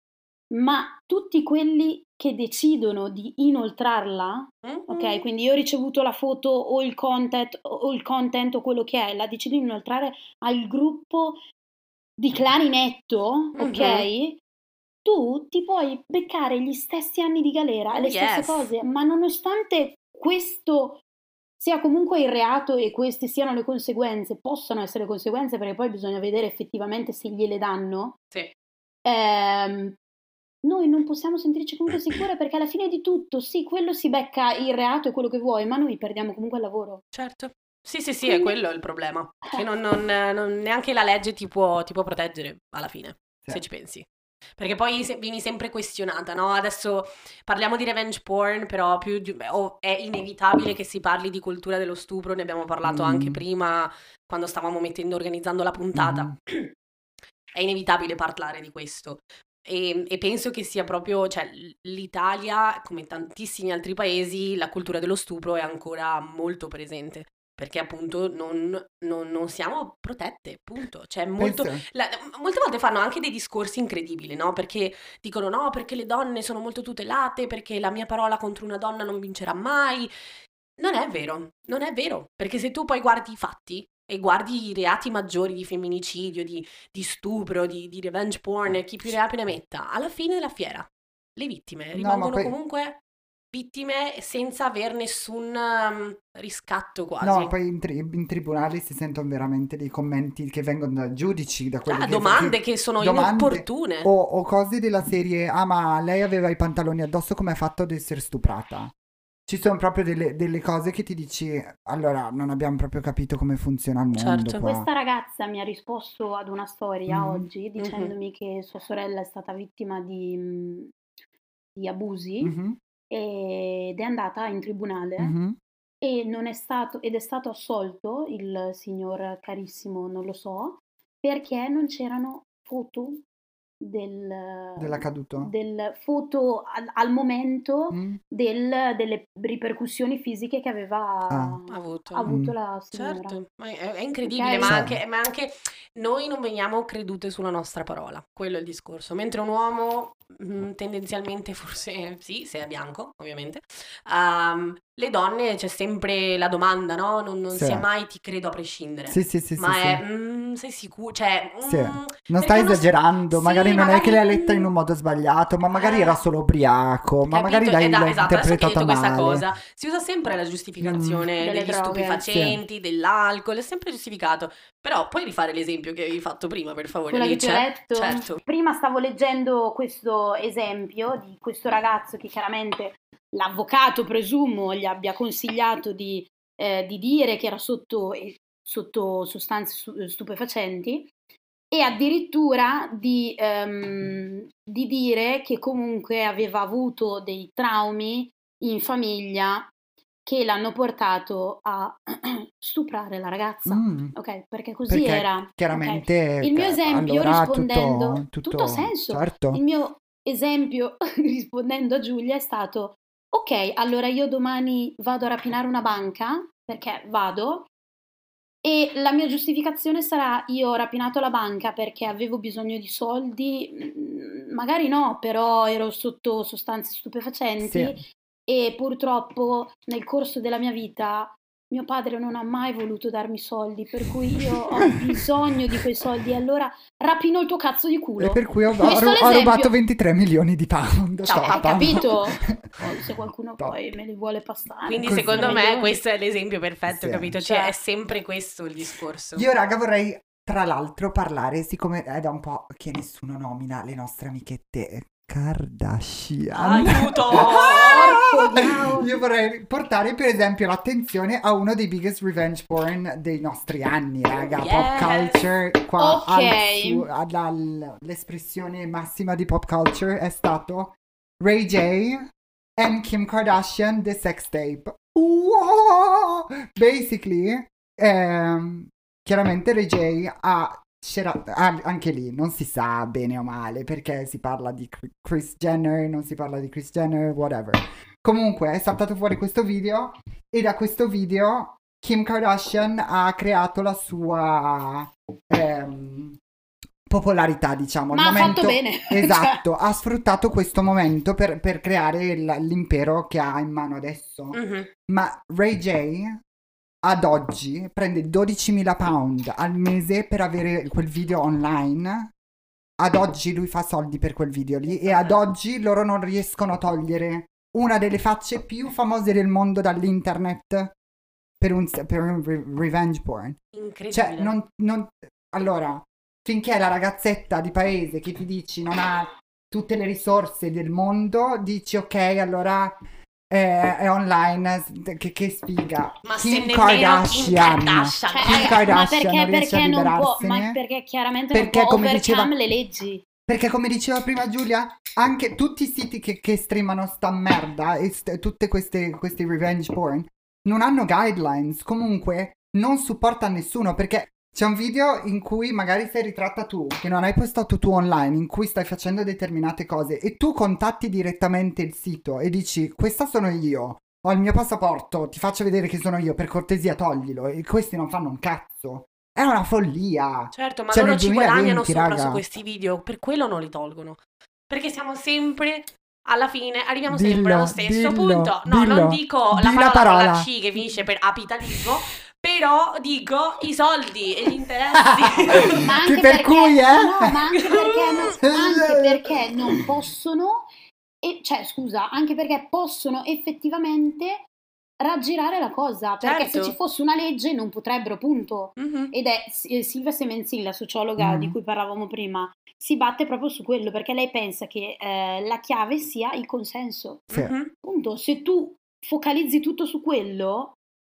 Ma tutti quelli che decidono di inoltrarla, Mhm. ok, quindi io ho ricevuto la foto o il content o il content o quello che è, la decido di inoltrare al gruppo di clarinetto, ok? Mhm. Tu ti puoi beccare gli stessi anni di galera e Oh, le stesse yes. cose, ma nonostante questo sia comunque il reato e queste siano le conseguenze, possono essere le conseguenze perché poi bisogna vedere effettivamente se gliele danno, Sì. ehm, noi non possiamo sentirci comunque sicure perché alla fine di tutto, sì, quello si becca il reato e quello che vuoi, ma noi perdiamo comunque il lavoro. Certo. Sì, sì, sì, Quindi- è quello il problema. Che non, non- non- neanche la legge ti può, ti può proteggere alla fine, Sì. se ci pensi. Perché poi se- vieni sempre questionata, no? Adesso parliamo di revenge porn, però più di- beh, oh, è inevitabile che si parli di cultura dello stupro, ne abbiamo parlato Mm. anche prima, quando stavamo mettendo, organizzando la puntata. Mhm. È inevitabile parlare di questo. E, e penso che sia proprio, cioè, l- l'Italia, come tantissimi altri paesi, la cultura dello stupro è ancora molto presente. Perché appunto non, non- non siamo protette, punto. Cioè, molto, Penso- la- molte volte fanno anche dei discorsi incredibili, no? Perché dicono no, perché le donne sono molto tutelate, perché la mia parola contro una donna non vincerà mai. Non è vero, non è vero. Perché se tu poi guardi i fatti, e guardi i reati maggiori di femminicidio, di, di stupro, di, di revenge porn, chi più ne ha più ne metta, alla fine della fiera le vittime rimangono poi... comunque vittime senza aver nessun um, riscatto quasi. No, poi in, tri- in tribunali si sentono veramente dei commenti che vengono da giudici, da quelli ah, che... domande che, che sono domande, inopportune. O, o cose della serie, ah ma lei aveva i pantaloni addosso, come ha fatto ad essere stuprata? Ci sono proprio delle, delle cose che ti dici, allora non abbiamo proprio capito come funziona il mondo Certo. qua. Questa ragazza mi ha risposto ad una storia Mhm. oggi dicendomi che sua sorella è stata vittima di, mh, di abusi Mhm, ed è andata in tribunale mhm. e non è stato, ed è stato assolto il signor carissimo, non lo so, perché non c'erano foto del, Dell'accaduto? del foto al, al momento Mm? del- delle ripercussioni fisiche che aveva Ah. Avuto. avuto Mm. la signora. Certo, ma è, è incredibile, Ok? ma, Sì. anche, ma anche noi non veniamo credute sulla nostra parola, quello è il discorso. Mentre un uomo mh, tendenzialmente, forse sì, se è bianco, ovviamente, ehm, le donne c'è sempre la domanda, no? Non, non Sì. si è mai ti credo a prescindere. Sì, sì, sì, Ma sì, è, sì. mm, sei sicuro? Cioè, Sì. mm, Non perché stai uno- esagerando, sì, magari non è che l'hai letta in mm, un modo sbagliato, ma magari eh, era solo ubriaco, ma magari capito? l'hai, Eh, da- l'hai esatto, adesso che hai interpretata detto questa male. cosa, si usa sempre la giustificazione Mm. Delle degli droghe. stupefacenti, dell'alcol, è sempre giustificato. Però puoi rifare l'esempio che avevi fatto prima, per favore, Quella che ti ho Alice? detto? Certo. Prima stavo leggendo questo esempio di questo ragazzo che chiaramente l'avvocato, presumo, gli abbia consigliato di, eh, di dire che era sotto, eh, sotto sostanze stu- stupefacenti e addirittura di, ehm, di dire che comunque aveva avuto dei traumi in famiglia che l'hanno portato a stuprare la ragazza. Mm. Ok, perché così Perché era. ok? chiaramente Il mio eh, esempio allora rispondendo, tutto, tutto, tutto, ha senso. certo. Il mio esempio rispondendo a Giulia è stato: ok, allora io domani vado a rapinare una banca, perché vado, e la mia giustificazione sarà: io ho rapinato la banca perché avevo bisogno di soldi, mm, magari no, però ero sotto sostanze stupefacenti Sì. e purtroppo nel corso della mia vita mio padre non ha mai voluto darmi soldi, per cui io ho bisogno di quei soldi e allora rapino il tuo cazzo di culo. E per cui ho, ho, Questo è ho l'esempio. rubato ventitré milioni di pound. Ciao, Top. Hai capito? Poi se qualcuno Top. poi me li vuole passare. Quindi Così. secondo me milioni. questo è l'esempio perfetto, Sì. capito? Cioè, è sempre questo il discorso. Io raga vorrei tra l'altro parlare, siccome è da un po' che nessuno nomina le nostre amichette Kardashian. Aiuto! Porco diavolo. Io vorrei portare per esempio l'attenzione a uno dei biggest revenge porn dei nostri anni, raga. Yes. Pop culture qua Ok. al su- ad- al- l'espressione massima di pop culture è stato Ray J and Kim Kardashian, the sex tape. Wow! Basically, ehm, chiaramente Ray J ha c'era ah, anche lì non si sa bene o male perché si parla di Kris Jenner, non si parla di Kris Jenner, whatever. Comunque è saltato fuori questo video e da questo video Kim Kardashian ha creato la sua ehm, popolarità, diciamo. Ma il ha momento, fatto bene. Esatto, ha sfruttato questo momento per, per creare il- l'impero che ha in mano adesso. Mhm. Ma Ray J ad oggi prende dodicimila pound al mese per avere quel video online. Ad oggi lui fa soldi per quel video lì e ad oggi loro non riescono a togliere una delle facce più famose del mondo dall'internet per un, per un re- revenge porn. Incredibile. Cioè, non, non... Allora, finché la ragazzetta di paese che ti dici non ha tutte le risorse del mondo, dici ok, allora... È, è online, che, che sfiga. Ma se Kim nemmeno Kardashian, Kim Kardashian. Cioè, Kim eh, ma Kardashian perché, non riesce a perché non può, liberarsene. ma perché chiaramente Perché, non può come overcome diceva- le leggi. Perché come diceva prima Giulia, anche tutti i siti che, che streamano sta merda e st- tutte queste, questi revenge porn non hanno guidelines, comunque non supporta nessuno, perché c'è un video in cui magari sei ritratta tu, che non hai postato tu online, in cui stai facendo determinate cose e tu contatti direttamente il sito e dici questa sono io, ho il mio passaporto, ti faccio vedere che sono io, per cortesia toglilo, e questi non fanno un cazzo. È una follia. Certo, ma Cioè, loro nel ci guadagnano duemilaventi, sopra raga. su questi video, per quello non li tolgono. Perché siamo sempre, alla fine, arriviamo Dillo, sempre allo stesso dillo, punto. No, dillo. non dico Di la la parola con parola. la C che finisce per apitalismo, però dico i soldi e gli interessi. Ma anche Che per perché, cui, eh? no, ma anche perché, no, anche perché non possono, e, cioè scusa, anche perché possono effettivamente raggirare la cosa, perché Certo. se ci fosse una legge non potrebbero, punto. Mhm. Ed è eh, Silvia Semenzin, la sociologa Mm. di cui parlavamo prima, si batte proprio su quello, perché lei pensa che eh, la chiave sia il consenso. Sì, Mhm. Punto. Se tu focalizzi tutto su quello,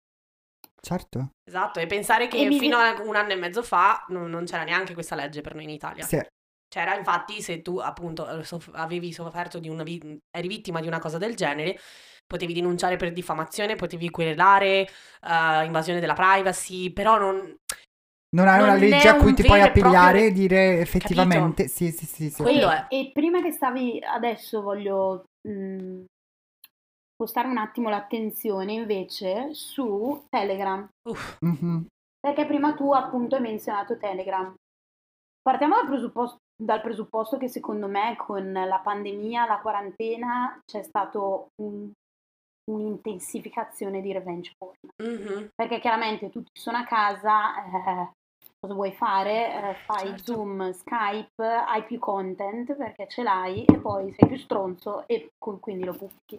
certo. Esatto, e pensare che E mi- fino a un anno e mezzo fa non, non c'era neanche questa legge per noi in Italia. Sì. C'era infatti se tu appunto eh, soff- avevi sofferto di una vi- eri vittima di una cosa del genere, potevi denunciare per diffamazione, potevi querelare, eh, invasione della privacy, però non... Non hai Non una legge è a cui un ti puoi vero e proprio appigliare re- e dire effettivamente sì, sì, sì, sì. Quello e, è. e prima che stavi, adesso voglio mh, spostare un attimo l'attenzione invece su Telegram, Uff, Mhm. perché prima tu appunto hai menzionato Telegram. Partiamo dal presupposto, dal presupposto che secondo me con la pandemia, la quarantena, c'è stato un- un'intensificazione di revenge porn. mhm, Perché chiaramente tutti sono a casa, eh, cosa vuoi fare? Eh, fai Certo. Zoom, Skype, hai più content perché ce l'hai e poi sei più stronzo e co- quindi lo pubblichi.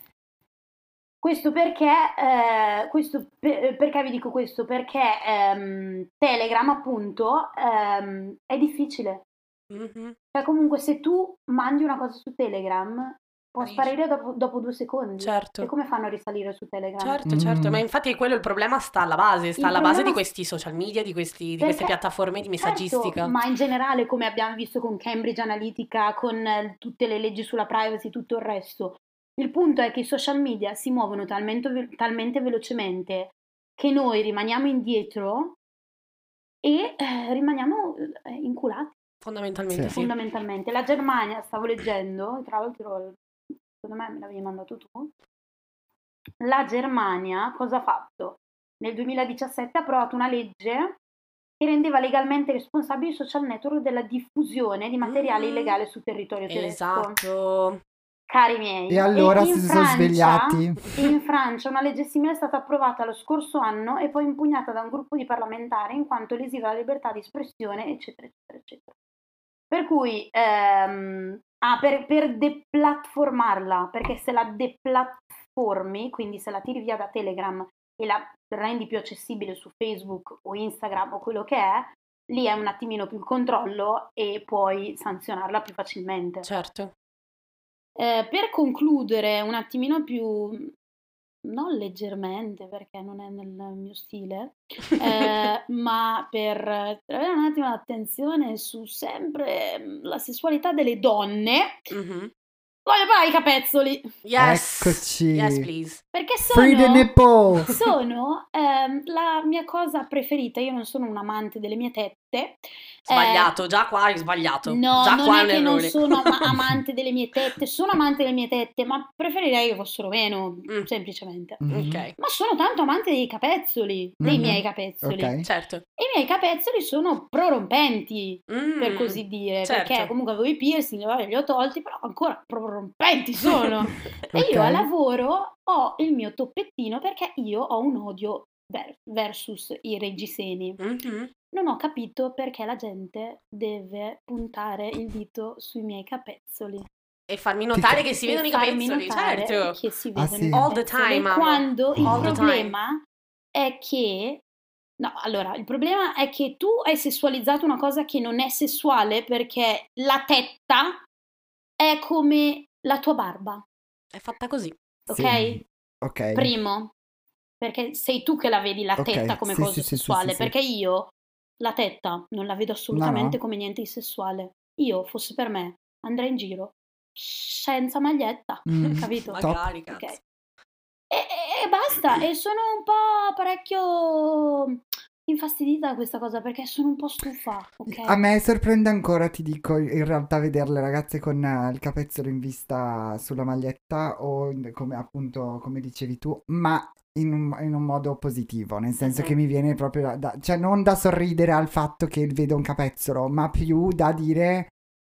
Questo perché, eh, questo per- perché vi dico questo? Perché ehm, Telegram appunto ehm, è difficile. mhm. Cioè comunque se tu mandi una cosa su Telegram può Sparisce. sparire dopo, dopo due secondi. Certo. E come fanno a risalire su Telegram? Certo, certo, Mm. ma infatti quello il problema sta alla base, sta Il alla base di problema- questi social media, di, questi, di queste Perché- piattaforme di messaggistica. Certo, ma in generale, come abbiamo visto con Cambridge Analytica, con eh, tutte le leggi sulla privacy, tutto il resto, il punto è che i social media si muovono talmente, ve- talmente velocemente che noi rimaniamo indietro e eh, rimaniamo eh, inculati Fondamentalmente Sì. sì. fondamentalmente. La Germania, stavo leggendo, tra l'altro, secondo me me l'avevi mandato tu. La Germania cosa ha fatto? Nel duemiladiciassette ha approvato una legge che rendeva legalmente responsabili i social network della diffusione di materiale Mhm. illegale sul territorio tedesco. Esatto. Cari miei, E allora in si sono Francia- svegliati. In Francia una legge simile è stata approvata lo scorso anno e poi impugnata da un gruppo di parlamentari in quanto lesiva la libertà di espressione, eccetera, eccetera, eccetera. Per cui, ehm, ah, per, per deplatformarla, perché se la deplatformi, quindi se la tiri via da Telegram e la rendi più accessibile su Facebook o Instagram o quello che è, lì è un attimino più il controllo e puoi sanzionarla più facilmente. Certo. Eh, per concludere un attimino più, non leggermente perché non è nel mio stile, eh, ma per avere un attimo l'attenzione su sempre mm, la sessualità delle donne, Mhm. voglio parlare di capezzoli, Yes. Eccoci. Yes, please. perché Free the sono, nipple. sono ehm, la mia cosa preferita. Io non sono un amante delle mie tette. Sbagliato, Eh, già qua hai sbagliato. No, già non qua è è un che non errore. sono ama- amante delle mie tette, sono amante delle mie tette, ma preferirei che fossero meno, Mm. semplicemente. Mhm. Ok, Ma sono tanto amante dei capezzoli, dei Mhm. miei capezzoli. Ok. certo. E i miei capezzoli sono prorompenti, Mm, per così dire, certo. perché comunque avevo i piercing, vabbè, li ho tolti, però ancora prorompenti sono. E io Ok. a lavoro ho il mio toppettino perché io ho un odio ver- versus i reggiseni. Mhm. Non ho capito perché la gente deve puntare il dito sui miei capezzoli. E farmi notare Ti- che si E vedono i farmi capezzoli, notare certo. che si Ah, vedono sì? i All the capezzoli, time, amo. quando il All the problema è che no, allora, il problema è che tu hai sessualizzato una cosa che non è sessuale perché la tetta è come la tua barba, È fatta così. ok? Sì. Ok. Primo, perché sei tu che la vedi la Ok, tetta come sì, cosa sì, sì, sì, sessuale, sì, sì. perché io la tetta non la vedo assolutamente No, no. come niente di sessuale. Io, fosse per me, andrei in giro senza maglietta, Mm. capito? Magari, Ok. cazzo. E, e- e basta, e sono un po' parecchio infastidita da questa cosa perché sono un po' stufa, ok? A me sorprende ancora, ti dico, in realtà vedere le ragazze con eh, il capezzolo in vista sulla maglietta o in- come appunto, come dicevi tu, ma in un, in un modo positivo, nel senso Mhm. che mi viene proprio da, da- cioè non da sorridere al fatto che vedo un capezzolo, ma più da dire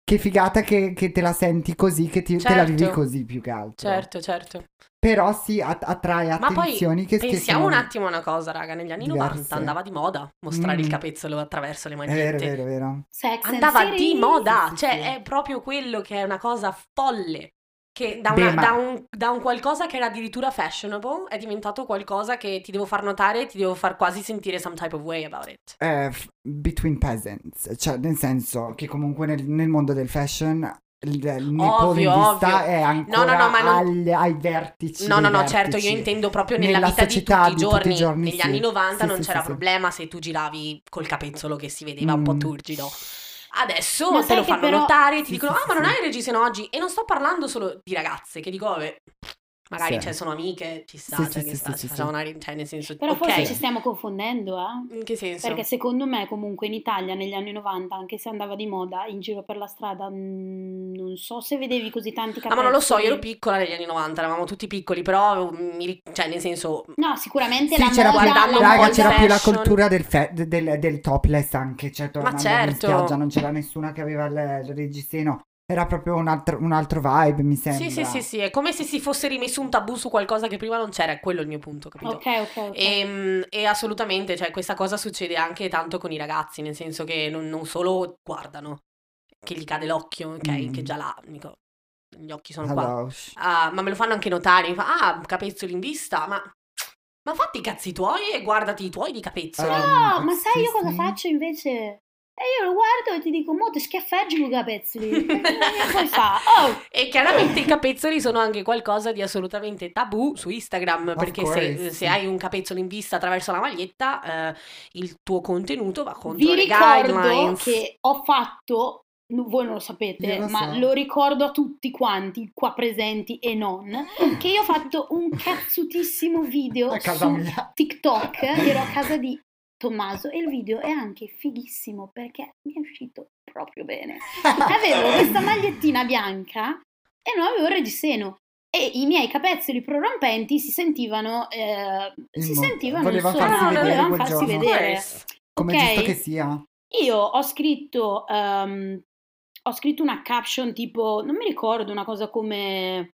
che figata che, che te la senti così, che ti, te la vivi Certo. così più che altro. Certo, certo. Però sì, att- attrae Ma poi attenzioni che, che pensiamo sono un attimo a una cosa, raga. Negli anni diverse. novanta andava di moda mostrare Mm. il capezzolo attraverso le È vero, è magliette. vero, è vero. Sex and Andava City. di moda, Sì, sì, cioè sì. è proprio quello che è una cosa folle. Che da, Beh, una- ma- da un, da un qualcosa che era addirittura fashionable è diventato qualcosa che ti devo far notare, ti devo far quasi sentire some type of way about it. Eh, f- between peasants, cioè nel senso che comunque nel, nel mondo del fashion il, il nippone Ovvio, in vista ovvio. è ancora No, no, no, ma non- agli- ai vertici No, no, dei no, certo, io vertici. intendo proprio nella, Nella vita di società tutti i di giorni. tutti i giorni, Negli sì. anni novanta Sì, non sì, c'era sì, sì. problema se tu giravi col capezzolo che si vedeva un po' Mm. turgido. Adesso Ma te sai lo che fanno però- notare, ti Sì, dicono, sì, ah, sì, ma non sì. hai reggiseno oggi? E non sto parlando solo di ragazze, che dico, vabbè, magari Sì. cioè, sono amiche, ci sta, Sì, cioè, sì, che sì, sta, sì, ci sì, facciamo sì. una ri- cioè, nel senso, Però forse ok. ci stiamo confondendo, eh? In che senso? Perché secondo me comunque in Italia negli anni novanta, anche se andava di moda, in giro per la strada, mm, non so se vedevi così tanti Ah, capezzoli. ma non lo so, io ero piccola negli anni novanta, eravamo tutti piccoli, però, mm, mi ri- cioè, nel senso, No, sicuramente Sì, la c'era moda, più, guardando la un po' raga, il moda- c'era più la fashion. cultura del, fe- del, del topless anche, cioè tornando in certo. spiaggia non c'era nessuna che aveva il, il reggiseno, era proprio un altro, un altro vibe, mi sembra. Sì, sì, sì, sì, è come se si fosse rimesso un tabù su qualcosa che prima non c'era, è quello il mio punto, capito? Ok, ok, ok. E, e assolutamente, cioè, questa cosa succede anche tanto con i ragazzi, nel senso che non, non solo guardano, che gli cade l'occhio, ok, Mm. che già là, dico, gli occhi sono qua. Hello. Ah, ma me lo fanno anche notare, mi fa, ah, capezzoli in vista, ma, ma fatti i cazzi tuoi e guardati i tuoi di capezzoli. Um, No, ma sai io excuse cosa me? faccio invece? E io lo guardo e ti dico, mo ti schiaffeggi con i capezzoli. Che puoi fare? Oh! E chiaramente i capezzoli sono anche qualcosa di assolutamente tabù su Instagram, Of perché se, course. se hai un capezzolo in vista attraverso la maglietta, eh, il tuo contenuto va contro Vi le ricordo guidelines. che ho fatto, no- voi non lo sapete, Io lo ma so. lo ricordo a tutti quanti qua presenti e non, che io ho fatto un cazzutissimo video A casa su mia. TikTok, ero a casa di Tommaso e il video è anche fighissimo perché mi è uscito proprio bene. Avevo questa magliettina bianca e non avevo il reggiseno e i miei capezzoli prorompenti si sentivano eh, si In mo- sentivano volevano insomma, farsi vedere volevano quel farsi giorno. vedere. Come Ok? giusto che sia. Io ho scritto ehm, ho scritto una caption tipo, non mi ricordo, una cosa come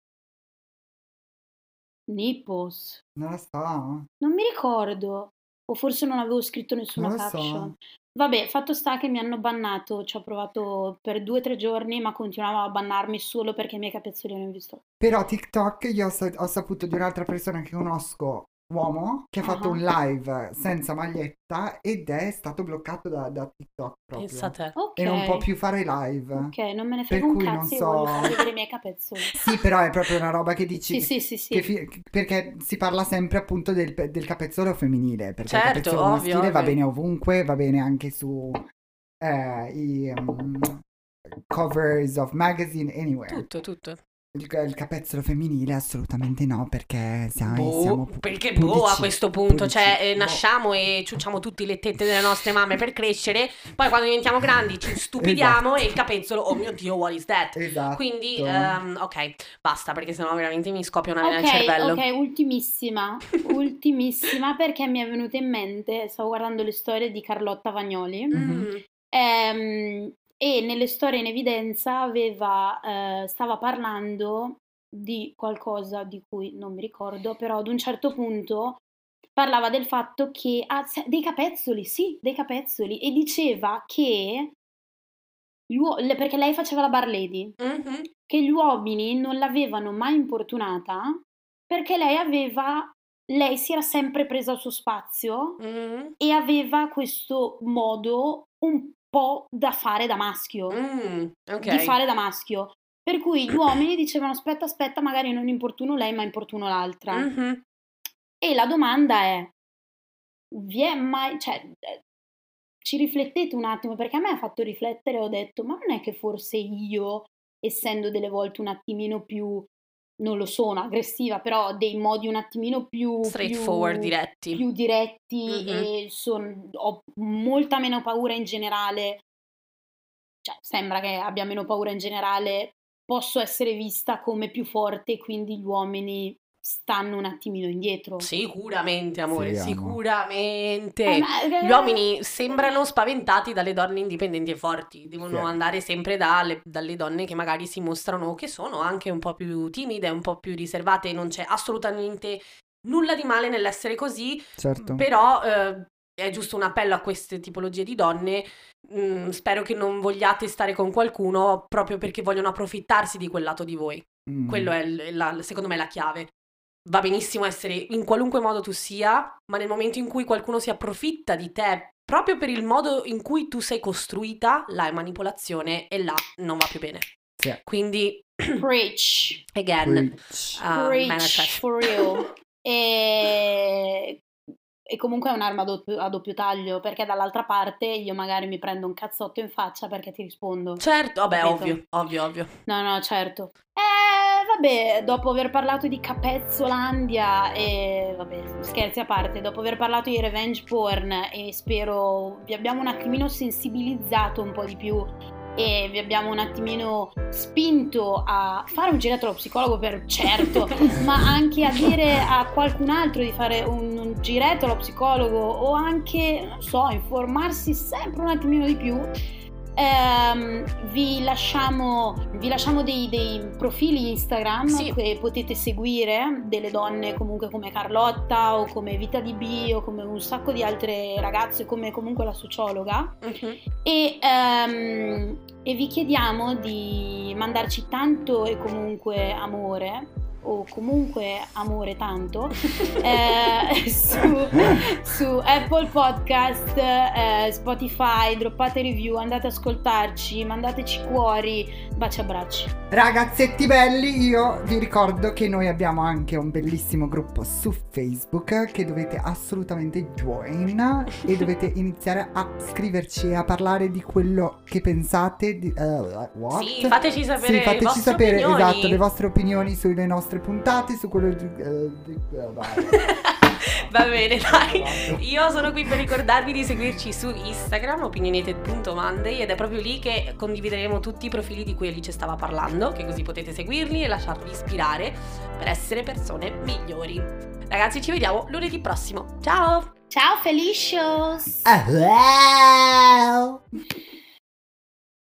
nipples, Non lo so. non mi ricordo, o forse non avevo scritto nessuna Non lo so. caption. Vabbè, fatto sta che mi hanno bannato, ci ho provato per due o tre giorni, ma continuavano a bannarmi solo perché i miei capezzoli erano in visto. Però TikTok io ho, sa- ho saputo di un'altra persona che conosco, uomo, che ha fatto Ah. un live senza maglietta ed è stato bloccato da, da TikTok proprio. Pensa a te. Ok. E non può più fare live. Ok, non me ne Per frega un cui non cazzo, io so- voglio far vedere i miei capezzoli. Sì, però è proprio una roba che dici... Sì, sì, sì, sì. che fi- perché si parla sempre appunto del, del capezzolo femminile, perché Certo, il capezzolo ovvio, maschile va ovvio. bene ovunque, va bene anche su eh, i um, covers of magazine, anywhere. Tutto, tutto. Il, il capezzolo femminile assolutamente no, perché sai, Boh, siamo pu- perché pudici, boh a questo punto, pudici. cioè eh, Boh. nasciamo e ciucciamo tutti le tette delle nostre mamme per crescere, poi quando diventiamo grandi ci stupidiamo Esatto. e il capezzolo, oh mio Dio, what is that? Esatto. Quindi, ehm, ok, basta perché sennò veramente mi scoppia una vena nel Ok, cervello. ok, ultimissima, ultimissima perché mi è venuta in mente, stavo guardando le storie di Carlotta Vagnoli Mm, ehm, e nelle storie in evidenza aveva, eh, stava parlando di qualcosa di cui non mi ricordo, però ad un certo punto parlava del fatto che ha dei capezzoli, sì, dei capezzoli, e diceva che gli uo- le- perché lei faceva la bar lady, mhm. che gli uomini non l'avevano mai importunata perché lei aveva, lei si era sempre presa il suo spazio Mm, e aveva questo modo un po' da fare da maschio, mm, ok. di fare da maschio. Per cui gli uomini dicevano aspetta, aspetta, magari non importuno lei ma importuno l'altra. Mhm. E la domanda è, vi è mai, cioè, eh, ci riflettete un attimo, perché a me ha fatto riflettere, ho detto, ma non è che forse io, essendo delle volte un attimino più, non lo sono, aggressiva, però ho dei modi un attimino più Straightforward, più, diretti. più diretti Mhm. e son- ho molta meno paura in generale, cioè sembra che abbia meno paura in generale, posso essere vista come più forte, quindi gli uomini stanno un attimino indietro. Sicuramente, amore, Sì, amo. sicuramente. Eh, ma- Gli uomini sembrano spaventati dalle donne indipendenti e forti, devono Sì. andare sempre dalle, dalle donne che magari si mostrano, che sono anche un po' più timide, un po' più riservate, non c'è assolutamente nulla di male nell'essere così, Certo. però eh, è giusto un appello a queste tipologie di donne. Mm, spero che non vogliate stare con qualcuno proprio perché vogliono approfittarsi di quel lato di voi. Mm. Quello è il- la- secondo me la chiave. Va benissimo essere in qualunque modo tu sia, ma nel momento in cui qualcuno si approfitta di te proprio per il modo in cui tu sei costruita, là è manipolazione e là non va più bene. Sì. Quindi, Preach. again, Preach. uh, man Preach, attack. for real. E... e comunque è un'arma a doppio, a doppio taglio, perché dall'altra parte io magari mi prendo un cazzotto in faccia perché ti rispondo. Certo, vabbè, Capito? ovvio, ovvio, ovvio. No, no, certo. Eh, vabbè, dopo aver parlato di Capezzolandia e vabbè, scherzi a parte, dopo aver parlato di revenge porn e spero vi abbiamo un attimino sensibilizzato un po' di più e vi abbiamo un attimino spinto a fare un giretto allo psicologo per certo, ma anche a dire a qualcun altro di fare un, un giretto allo psicologo o anche, non so, informarsi sempre un attimino di più. Ehm, vi lasciamo, vi lasciamo dei, dei profili Instagram Sì. che potete seguire, delle donne comunque come Carlotta o come Vita di B o come un sacco di altre ragazze come comunque la sociologa Mhm. e, ehm, e vi chiediamo di mandarci tanto e comunque amore o comunque amore tanto eh, su, su Apple Podcast, eh, Spotify, droppate review, andate ad ascoltarci, mandateci cuori, baci abbracci. Ragazzetti belli, io vi ricordo che noi abbiamo anche un bellissimo gruppo su Facebook che dovete assolutamente join e dovete iniziare a scriverci e a parlare di quello che pensate di, uh, what? Sì, fateci sapere Sì, le fateci vostre sapere, opinioni. esatto, le vostre opinioni sulle nostre puntate, su quello di, eh, di- eh, vai. Va bene, dai. Io sono qui per ricordarvi di seguirci su Instagram, opinionated punto monday, ed è proprio lì che condivideremo tutti i profili di cui Alice stava parlando, che così potete seguirli e lasciarvi ispirare per essere persone migliori. Ragazzi, ci vediamo lunedì prossimo. Ciao! Ciao Felicious! Ah, wow.